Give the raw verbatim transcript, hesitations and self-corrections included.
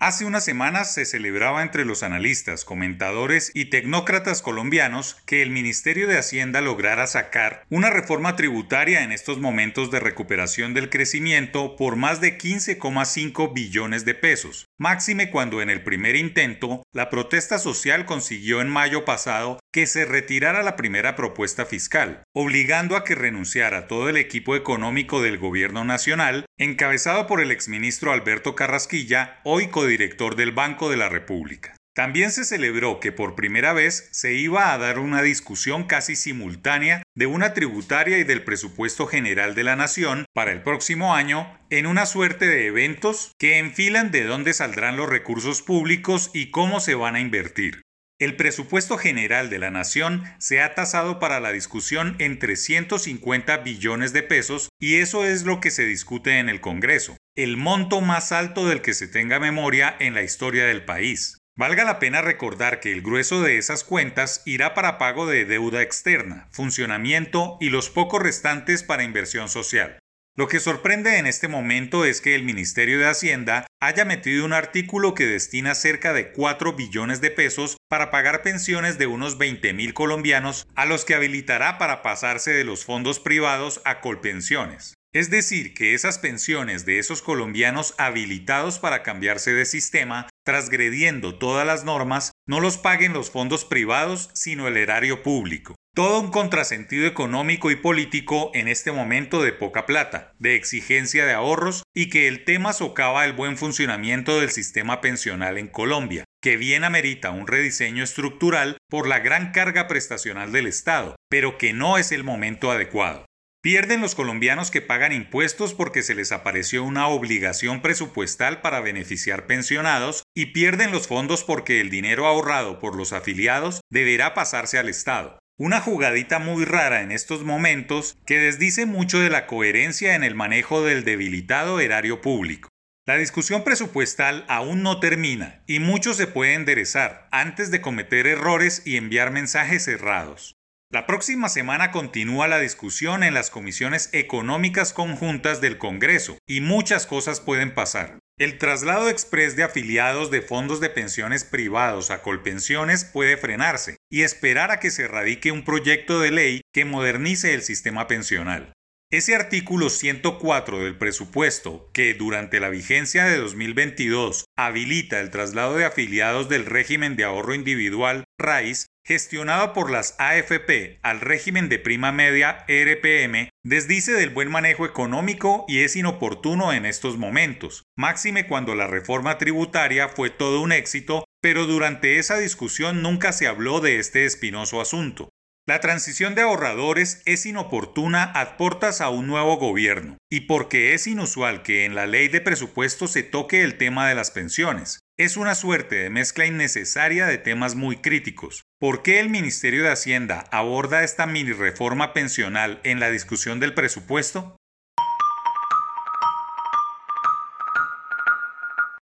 Hace unas semanas se celebraba entre los analistas, comentadores y tecnócratas colombianos que el Ministerio de Hacienda lograra sacar una reforma tributaria en estos momentos de recuperación del crecimiento por más de quince coma cinco billones de pesos, máxime cuando en el primer intento la protesta social consiguió en mayo pasado que se retirara la primera propuesta fiscal, obligando a que renunciara todo el equipo económico del gobierno nacional, encabezado por el exministro Alberto Carrasquilla, hoy codirector del Banco de la República. También se celebró que por primera vez se iba a dar una discusión casi simultánea de una tributaria y del presupuesto general de la Nación para el próximo año en una suerte de eventos que enfilan de dónde saldrán los recursos públicos y cómo se van a invertir. El presupuesto general de la Nación se ha tasado para la discusión en trescientos cincuenta billones de pesos y eso es lo que se discute en el Congreso, el monto más alto del que se tenga memoria en la historia del país. Valga la pena recordar que el grueso de esas cuentas irá para pago de deuda externa, funcionamiento y los pocos restantes para inversión social. Lo que sorprende en este momento es que el Ministerio de Hacienda haya metido un artículo que destina cerca de cuatro billones de pesos para pagar pensiones de unos veinte mil colombianos a los que habilitará para pasarse de los fondos privados a Colpensiones. Es decir, que esas pensiones de esos colombianos habilitados para cambiarse de sistema, transgrediendo todas las normas, no los paguen los fondos privados, sino el erario público. Todo un contrasentido económico y político en este momento de poca plata, de exigencia de ahorros y que el tema socava el buen funcionamiento del sistema pensional en Colombia, que bien amerita un rediseño estructural por la gran carga prestacional del Estado, pero que no es el momento adecuado. Pierden los colombianos que pagan impuestos porque se les apareció una obligación presupuestal para beneficiar pensionados y pierden los fondos porque el dinero ahorrado por los afiliados deberá pasarse al Estado. Una jugadita muy rara en estos momentos que desdice mucho de la coherencia en el manejo del debilitado erario público. La discusión presupuestal aún no termina y mucho se puede enderezar antes de cometer errores y enviar mensajes errados. La próxima semana continúa la discusión en las comisiones económicas conjuntas del Congreso y muchas cosas pueden pasar. El traslado exprés de afiliados de fondos de pensiones privados a Colpensiones puede frenarse y esperar a que se radique un proyecto de ley que modernice el sistema pensional. Ese artículo ciento cuatro del presupuesto, que durante la vigencia de dos mil veintidós habilita el traslado de afiliados del régimen de ahorro individual R A I S, gestionado por las A F P al régimen de prima media R P M, desdice del buen manejo económico y es inoportuno en estos momentos, máxime cuando la reforma tributaria fue todo un éxito, pero durante esa discusión nunca se habló de este espinoso asunto. La transición de ahorradores es inoportuna a portas a un nuevo gobierno, y porque es inusual que en la ley de presupuesto se toque el tema de las pensiones. Es una suerte de mezcla innecesaria de temas muy críticos. ¿Por qué el Ministerio de Hacienda aborda esta mini reforma pensional en la discusión del presupuesto?